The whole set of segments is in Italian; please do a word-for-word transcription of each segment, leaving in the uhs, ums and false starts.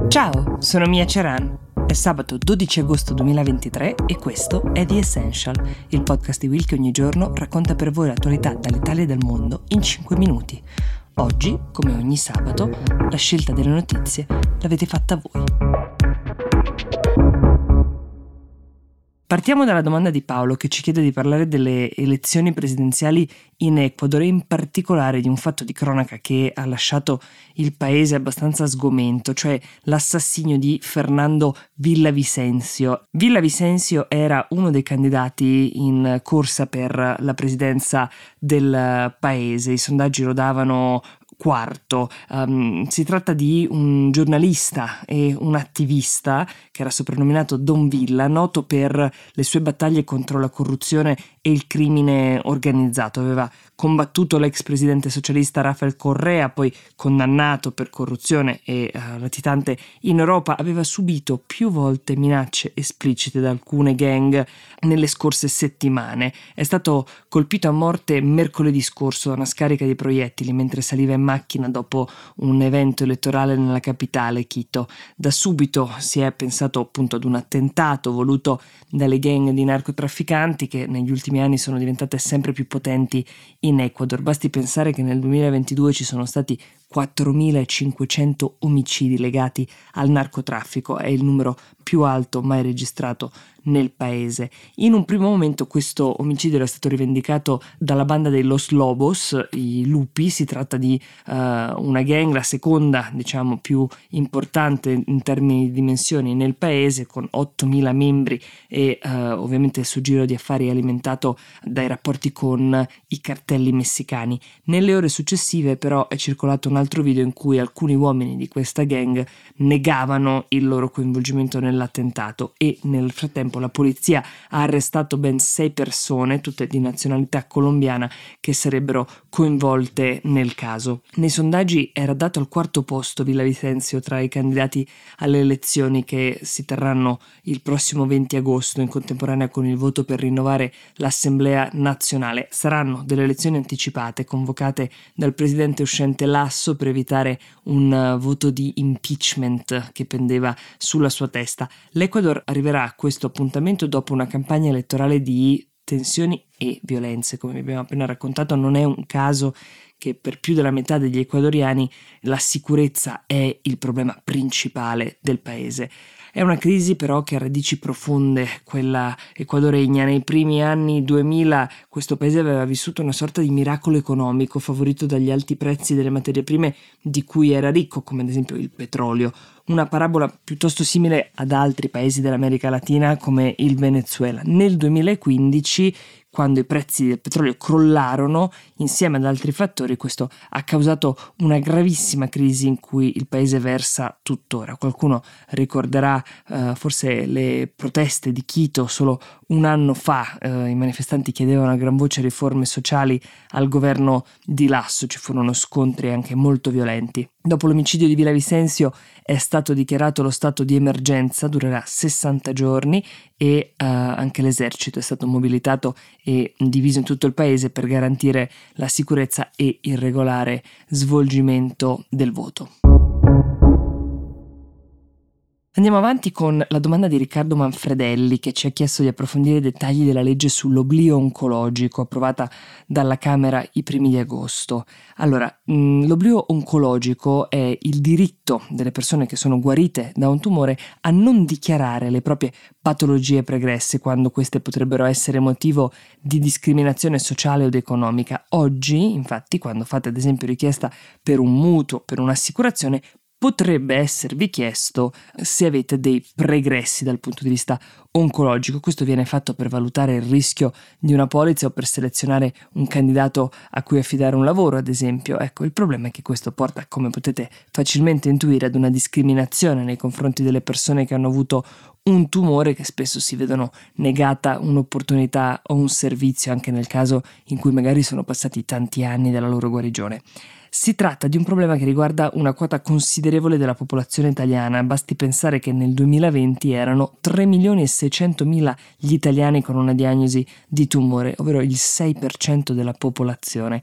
Ciao, sono Mia Ceran. È sabato dodici agosto duemilaventitré e questo è The Essential, il podcast di Will che ogni giorno racconta per voi l'attualità dall'Italia e dal mondo in cinque minuti. Oggi, come ogni sabato, la scelta delle notizie l'avete fatta voi. Partiamo dalla domanda di Paolo, che ci chiede di parlare delle elezioni presidenziali in Ecuador e in particolare di un fatto di cronaca che ha lasciato il paese abbastanza sgomento, cioè l'assassinio di Fernando Villavicencio. Villavicencio era uno dei candidati in corsa per la presidenza del paese. I sondaggi lo davano quarto. Um, si tratta di un giornalista e un attivista che era soprannominato Don Villa, noto per le sue battaglie contro la corruzione e il crimine organizzato. Aveva combattuto l'ex presidente socialista Rafael Correa, poi condannato per corruzione e uh, latitante in Europa. Aveva subito più volte minacce esplicite da alcune gang nelle scorse settimane. È stato colpito a morte mercoledì scorso da una scarica di proiettili mentre saliva in macchina dopo un evento elettorale nella capitale, Quito. Da subito si è pensato appunto ad un attentato voluto dalle gang di narcotrafficanti che negli ultimi anni sono diventate sempre più potenti in Ecuador. Basti pensare che nel duemilaventidue ci sono stati quattromilacinquecento omicidi legati al narcotraffico, è il numero più alto mai registrato nel paese. In un primo momento questo omicidio era stato rivendicato dalla banda dei Los Lobos, i lupi. Si tratta di uh, una gang, la seconda diciamo più importante in termini di dimensioni nel paese, con ottomila membri e uh, ovviamente il suo giro di affari è alimentato dai rapporti con i cartelli messicani. Nelle ore successive però è circolato un altro video in cui alcuni uomini di questa gang negavano il loro coinvolgimento nell'attentato e nel frattempo la polizia ha arrestato ben sei persone, tutte di nazionalità colombiana, che sarebbero coinvolte nel caso. Nei sondaggi era dato al quarto posto Villavicencio tra i candidati alle elezioni che si terranno il prossimo venti agosto in contemporanea con il voto per rinnovare l'Assemblea nazionale. Saranno delle elezioni anticipate convocate dal presidente uscente Lasso per evitare un uh, voto di impeachment che pendeva sulla sua testa. L'Ecuador arriverà a questo appuntamento dopo una campagna elettorale di tensioni e violenze. Come vi abbiamo appena raccontato, non è un caso che per più della metà degli ecuadoriani la sicurezza è il problema principale del paese. È una crisi però che ha radici profonde, quella ecuadoregna. Nei primi anni duemila questo paese aveva vissuto una sorta di miracolo economico favorito dagli alti prezzi delle materie prime di cui era ricco, come ad esempio il petrolio. Una parabola piuttosto simile ad altri paesi dell'America Latina come il Venezuela. Nel duemilaquindici, quando i prezzi del petrolio crollarono, insieme ad altri fattori, questo ha causato una gravissima crisi in cui il paese versa tuttora. Qualcuno ricorderà eh, forse le proteste di Quito solo un anno fa. Eh, i manifestanti chiedevano a gran voce riforme sociali al governo di Lasso. Ci furono scontri anche molto violenti. Dopo l'omicidio di Villavicencio è stato dichiarato lo stato di emergenza, durerà sessanta giorni e uh, anche l'esercito è stato mobilitato e diviso in tutto il paese per garantire la sicurezza e il regolare svolgimento del voto. Andiamo avanti con la domanda di Riccardo Manfredelli, che ci ha chiesto di approfondire i dettagli della legge sull'oblio oncologico approvata dalla Camera i primi di agosto. Allora, mh, l'oblio oncologico è il diritto delle persone che sono guarite da un tumore a non dichiarare le proprie patologie pregresse quando queste potrebbero essere motivo di discriminazione sociale o economica. Oggi, infatti, quando fate ad esempio richiesta per un mutuo, per un'assicurazione, potrebbe esservi chiesto se avete dei pregressi dal punto di vista oncologico. Questo viene fatto per valutare il rischio di una polizza o per selezionare un candidato a cui affidare un lavoro, ad esempio. Ecco, il problema è che questo porta, come potete facilmente intuire, ad una discriminazione nei confronti delle persone che hanno avuto un tumore, che spesso si vedono negata un'opportunità o un servizio anche nel caso in cui magari sono passati tanti anni dalla loro guarigione. Si tratta di un problema che riguarda una quota considerevole della popolazione italiana. Basti pensare che nel duemilaventi erano tre milioni e seicentomila gli italiani con una diagnosi di tumore, ovvero il sei per cento della popolazione.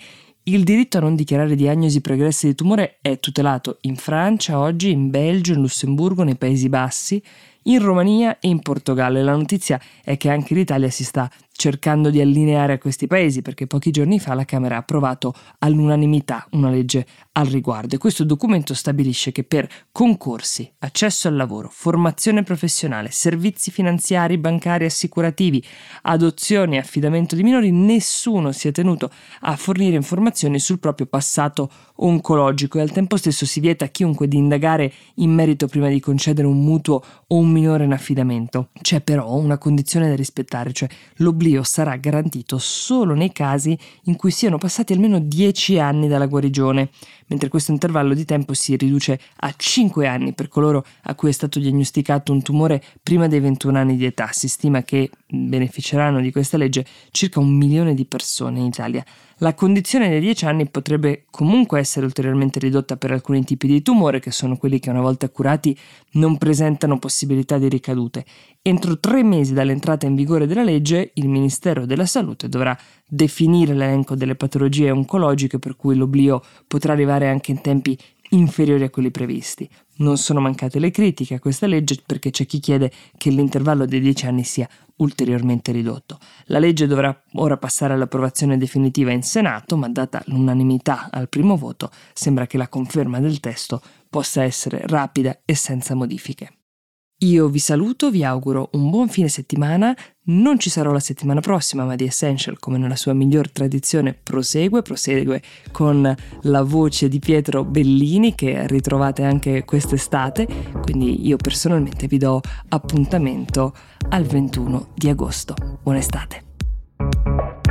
Il diritto a non dichiarare diagnosi pregresse di tumore è tutelato in Francia oggi, in Belgio, in Lussemburgo, nei Paesi Bassi, in Romania e in Portogallo. E la notizia è che anche l'Italia si sta cercando di allineare a questi paesi, perché pochi giorni fa la Camera ha approvato all'unanimità una legge al riguardo, e questo documento stabilisce che per concorsi, accesso al lavoro, formazione professionale, servizi finanziari, bancari, assicurativi, adozioni e affidamento di minori, nessuno sia tenuto a fornire informazioni sul proprio passato oncologico, e al tempo stesso si vieta a chiunque di indagare in merito prima di concedere un mutuo o un minore in affidamento. C'è però una condizione da rispettare, cioè l'obbligo sarà garantito solo nei casi in cui siano passati almeno dieci anni dalla guarigione, mentre questo intervallo di tempo si riduce a cinque anni per coloro a cui è stato diagnosticato un tumore prima dei ventuno anni di età. Si stima che beneficeranno di questa legge circa un milione di persone in Italia. La condizione dei dieci anni potrebbe comunque essere ulteriormente ridotta per alcuni tipi di tumore, che sono quelli che una volta curati non presentano possibilità di ricadute. Entro tre mesi dall'entrata in vigore della legge, il Ministero della Salute dovrà definire l'elenco delle patologie oncologiche per cui l'oblio potrà arrivare anche in tempi inferiori a quelli previsti. Non sono mancate le critiche a questa legge, perché c'è chi chiede che l'intervallo dei dieci anni sia ulteriormente ridotto. La legge dovrà ora passare all'approvazione definitiva in Senato, ma data l'unanimità al primo voto, sembra che la conferma del testo possa essere rapida e senza modifiche. Io vi saluto, vi auguro un buon fine settimana. Non ci sarò la settimana prossima, ma The Essential, come nella sua miglior tradizione, prosegue, prosegue con la voce di Pietro Bellini, che ritrovate anche quest'estate, quindi io personalmente vi do appuntamento al ventuno di agosto. Buona estate!